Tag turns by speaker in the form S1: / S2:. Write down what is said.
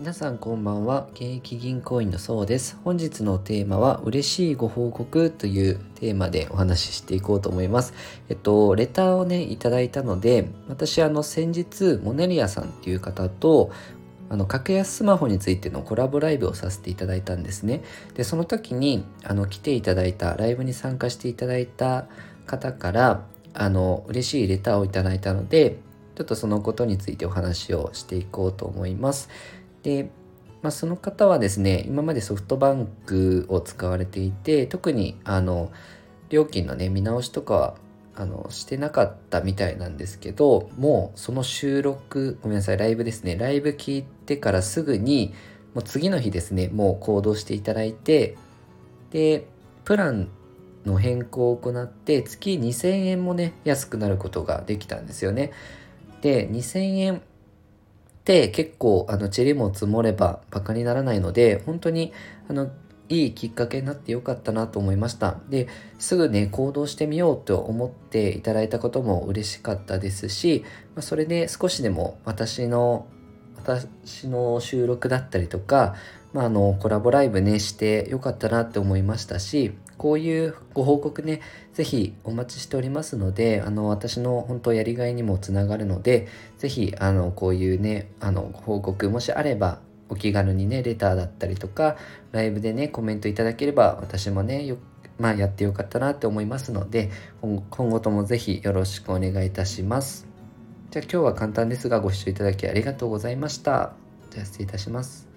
S1: 皆さんこんばんは。現役銀行員のそうです。本日のテーマは嬉しいご報告というテーマでお話ししていこうと思います。レターをねいただいたので、私先日モネリアさんっていう方と格安スマホについてのコラボライブをさせていただいたんですね。でその時に来ていただいたライブに参加していただいた方から嬉しいレターをいただいたので、ちょっとそのことについてお話をしていこうと思います。で、その方はですね、今までソフトバンクを使われていて、特に料金のね見直しとかはしてなかったみたいなんですけど、もうその収録ごめんなさいライブですね、ライブ聞いてからすぐにもう次の日ですね、もう行動していただいて、でプランの変更を行って月2000円もね安くなることができたんですよね。で2000円って結構塵も積もればバカにならないので、本当にいいきっかけになってよかったなと思いました。ですぐね行動してみようと思っていただいたことも嬉しかったですし、それで少しでも私の収録だったりとか、コラボライブねしてよかったなって思いましたし、こういうご報告ねぜひお待ちしておりますので、私の本当やりがいにもつながるので、ぜひこういうねご報告もしあればお気軽にねレターだったりとかライブでねコメントいただければ、私もねやってよかったなって思いますので、今後ともぜひよろしくお願いいたします。じゃあ今日は簡単ですがご視聴いただきありがとうございました。じゃあ失礼いたします。